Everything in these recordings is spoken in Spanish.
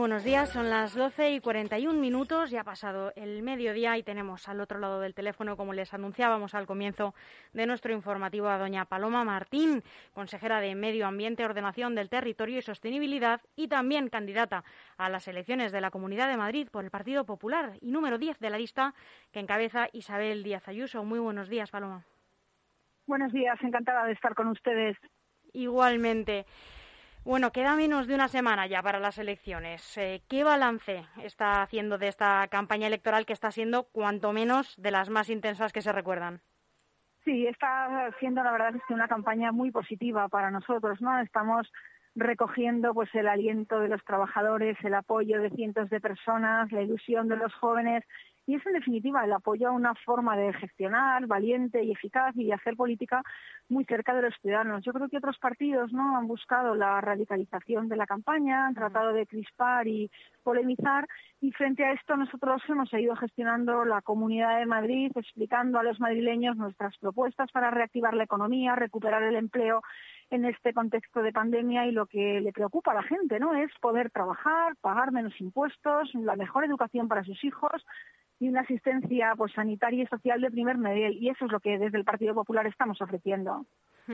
buenos días, son las 12:41, ya ha pasado el mediodía y tenemos al otro lado del teléfono, como les anunciábamos al comienzo de nuestro informativo, a doña Paloma Martín, consejera de Medio Ambiente, Ordenación del Territorio y Sostenibilidad y también candidata a las elecciones de la Comunidad de Madrid por el Partido Popular y número 10 de la lista que encabeza Isabel Díaz Ayuso. Muy buenos días, Paloma. Buenos días, encantada de estar con ustedes. Igualmente. Bueno, queda menos de una semana ya para las elecciones. ¿Qué balance está haciendo de esta campaña electoral que está siendo cuanto menos de las más intensas que se recuerdan? Sí, está siendo la verdad es que una campaña muy positiva para nosotros, ¿no? Estamos recogiendo pues el aliento de los trabajadores, el apoyo de cientos de personas, la ilusión de los jóvenes y es en definitiva el apoyo a una forma de gestionar valiente y eficaz y de hacer política muy cerca de los ciudadanos. Yo creo que otros partidos no han buscado la radicalización de la campaña, han tratado de crispar y polemizar y frente a esto nosotros hemos seguido gestionando la Comunidad de Madrid, explicando a los madrileños nuestras propuestas para reactivar la economía, recuperar el empleo en este contexto de pandemia y lo que le preocupa a la gente, ¿no? Es poder trabajar, pagar menos impuestos, la mejor educación para sus hijos y una asistencia pues sanitaria y social de primer nivel y eso es lo que desde el Partido Popular estamos ofreciendo.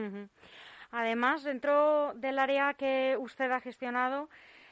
Además, dentro del área que usted ha gestionado,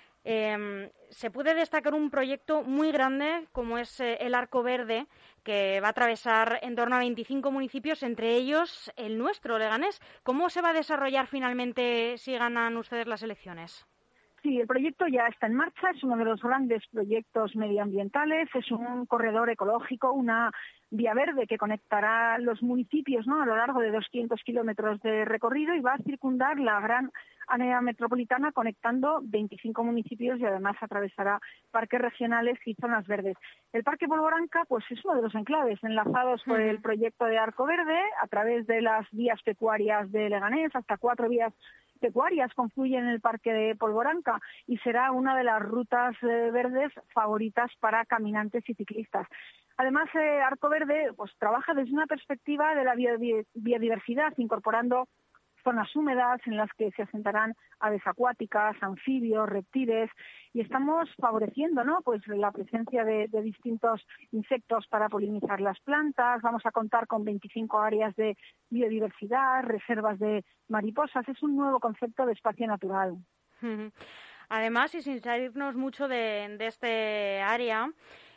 se puede destacar un proyecto muy grande como es el Arco Verde, que va a atravesar en torno a 25 municipios, entre ellos el nuestro, Leganés. ¿Cómo se va a desarrollar finalmente si ganan ustedes las elecciones? Sí, el proyecto ya está en marcha, es uno de los grandes proyectos medioambientales, es un corredor ecológico, una vía verde que conectará los municipios, ¿no?, a lo largo de 200 kilómetros de recorrido y va a circundar la gran área metropolitana conectando 25 municipios y además atravesará parques regionales y zonas verdes. El Parque Polvoranca pues es uno de los enclaves enlazados por el proyecto de Arco Verde a través de las vías pecuarias de Leganés, hasta 4 vías pecuarias confluyen en el Parque de Polvoranca y será una de las rutas verdes favoritas para caminantes y ciclistas. Además, Arco Verde pues trabaja desde una perspectiva de la biodiversidad, incorporando zonas húmedas en las que se asentarán aves acuáticas, anfibios, reptiles y estamos favoreciendo, ¿no?, pues la presencia de distintos insectos para polinizar las plantas. Vamos a contar con 25 áreas de biodiversidad, reservas de mariposas. Es un nuevo concepto de espacio natural. Además, y sin salirnos mucho de este área,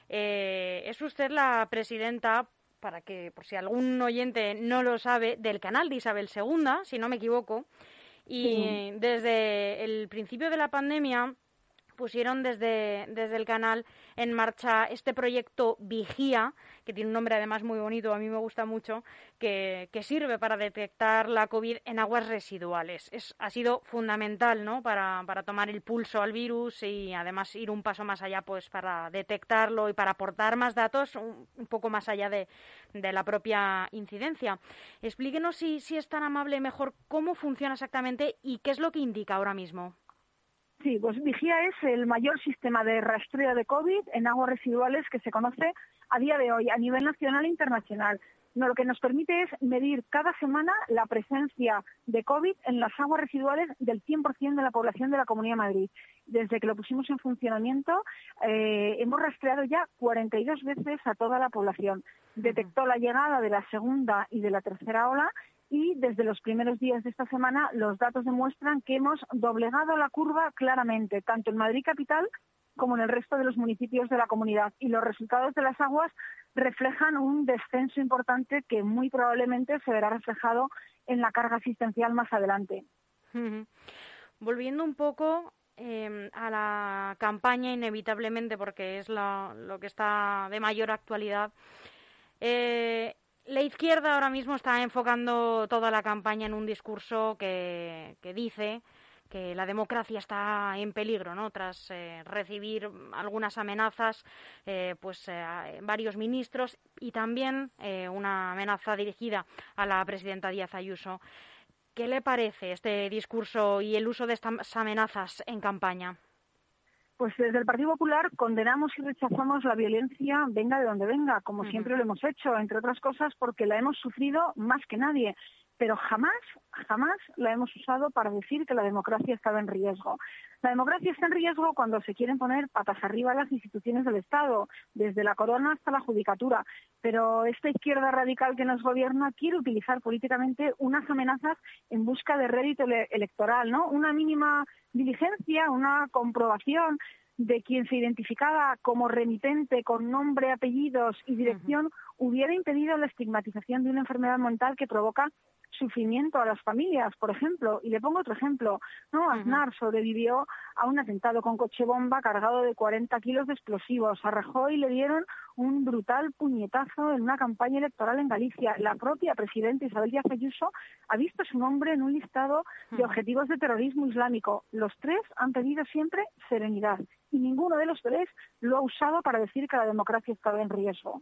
es usted la presidenta, para que, por si algún oyente no lo sabe, del canal de Isabel II, si no me equivoco, y Sí. Desde el principio de la pandemia pusieron desde el canal en marcha este proyecto Vigía, que tiene un nombre además muy bonito, a mí me gusta mucho, que sirve para detectar la COVID en aguas residuales. Ha sido fundamental, ¿no?, para tomar el pulso al virus y además ir un paso más allá pues para detectarlo y para aportar más datos un poco más allá de la propia incidencia. Explíquenos, si es tan amable, mejor cómo funciona exactamente y qué es lo que indica ahora mismo. Sí, pues Vigía es el mayor sistema de rastreo de COVID en aguas residuales que se conoce a día de hoy a nivel nacional e internacional. Lo que nos permite es medir cada semana la presencia de COVID en las aguas residuales del 100% de la población de la Comunidad de Madrid. Desde que lo pusimos en funcionamiento, hemos rastreado ya 42 veces a toda la población. Detectó la llegada de la segunda y de la tercera ola y desde los primeros días de esta semana los datos demuestran que hemos doblegado la curva claramente, tanto en Madrid capital como en el resto de los municipios de la comunidad. Y los resultados de las aguas reflejan un descenso importante que muy probablemente se verá reflejado en la carga asistencial más adelante. Volviendo un poco a la campaña, inevitablemente, porque es lo que está de mayor actualidad, la izquierda ahora mismo está enfocando toda la campaña en un discurso que dice que la democracia está en peligro, ¿no?, tras recibir algunas amenazas, varios ministros y también una amenaza dirigida a la presidenta Díaz Ayuso. ¿Qué le parece este discurso y el uso de estas amenazas en campaña? Pues desde el Partido Popular condenamos y rechazamos la violencia, venga de donde venga, como siempre lo hemos hecho, entre otras cosas porque la hemos sufrido más que nadie. pero jamás la hemos usado para decir que la democracia estaba en riesgo. La democracia está en riesgo cuando se quieren poner patas arriba las instituciones del Estado, desde la corona hasta la judicatura. Pero esta izquierda radical que nos gobierna quiere utilizar políticamente unas amenazas en busca de rédito electoral, ¿no? Una mínima diligencia, una comprobación de quien se identificaba como remitente con nombre, apellidos y dirección hubiera impedido la estigmatización de una enfermedad mental que provoca sufrimiento a las familias, por ejemplo. Y le pongo otro ejemplo, ¿no? Aznar sobrevivió a un atentado con coche bomba cargado de 40 kilos de explosivos. A Rajoy le dieron un brutal puñetazo en una campaña electoral en Galicia. La propia presidenta Isabel Díaz Ayuso ha visto su nombre en un listado de objetivos de terrorismo islámico. Los tres han pedido siempre serenidad y ninguno de los tres lo ha usado para decir que la democracia estaba en riesgo.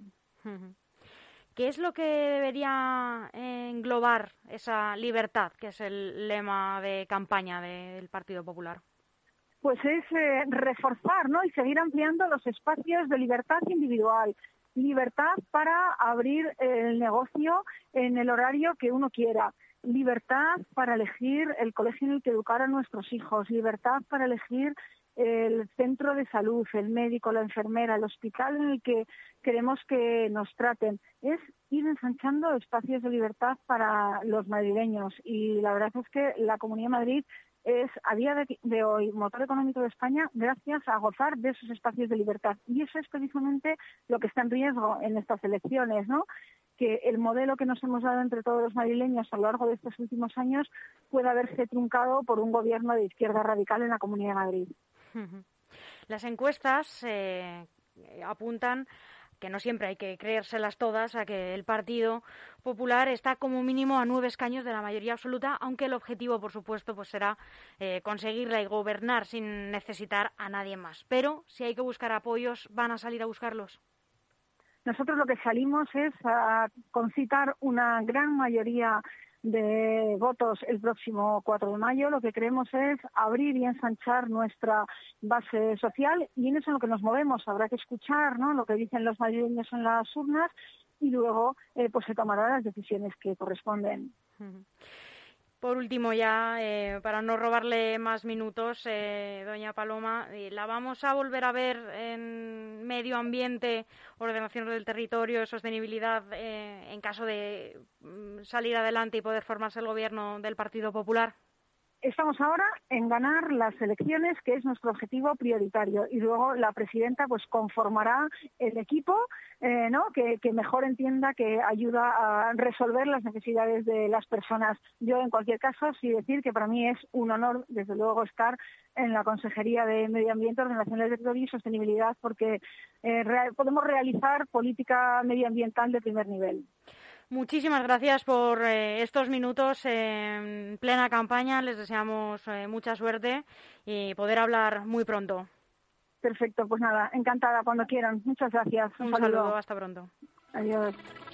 ¿Qué es lo que debería englobar esa libertad, que es el lema de campaña del Partido Popular? Pues es reforzar, ¿no? Y seguir ampliando los espacios de libertad individual, libertad para abrir el negocio en el horario que uno quiera, libertad para elegir el colegio en el que educar a nuestros hijos, libertad para elegir el centro de salud, el médico, la enfermera, el hospital en el que queremos que nos traten. Es ir ensanchando espacios de libertad para los madrileños y la verdad es que la Comunidad de Madrid es a día de hoy motor económico de España gracias a gozar de esos espacios de libertad y eso es precisamente lo que está en riesgo en estas elecciones, ¿no? Que el modelo que nos hemos dado entre todos los madrileños a lo largo de estos últimos años pueda verse truncado por un gobierno de izquierda radical en la Comunidad de Madrid. Las encuestas apuntan que no siempre hay que creérselas todas, a que el Partido Popular está como mínimo a 9 escaños de la mayoría absoluta, aunque el objetivo, por supuesto, pues será conseguirla y gobernar sin necesitar a nadie más. Pero si hay que buscar apoyos, ¿van a salir a buscarlos? Nosotros lo que salimos es a concitar una gran mayoría de votos el próximo 4 de mayo. Lo que queremos es abrir y ensanchar nuestra base social y en eso es lo que nos movemos. Habrá que escuchar, ¿no?, lo que dicen los madrileños en las urnas y luego pues se tomarán las decisiones que corresponden. Por último, ya, para no robarle más minutos, doña Paloma, ¿la vamos a volver a ver en medio ambiente, ordenación del territorio, sostenibilidad, en caso de salir adelante y poder formarse el gobierno del Partido Popular? Estamos ahora en ganar las elecciones, que es nuestro objetivo prioritario, y luego la presidenta pues conformará el equipo ¿no?, que mejor entienda, que ayuda a resolver las necesidades de las personas. Yo, en cualquier caso, sí decir que para mí es un honor, desde luego, estar en la Consejería de Medio Ambiente, Ordenación del Territorio y Sostenibilidad, porque podemos realizar política medioambiental de primer nivel. Muchísimas gracias por estos minutos en plena campaña. Les deseamos mucha suerte y poder hablar muy pronto. Perfecto, pues nada, encantada cuando quieran. Muchas gracias. Un saludo, hasta pronto. Adiós.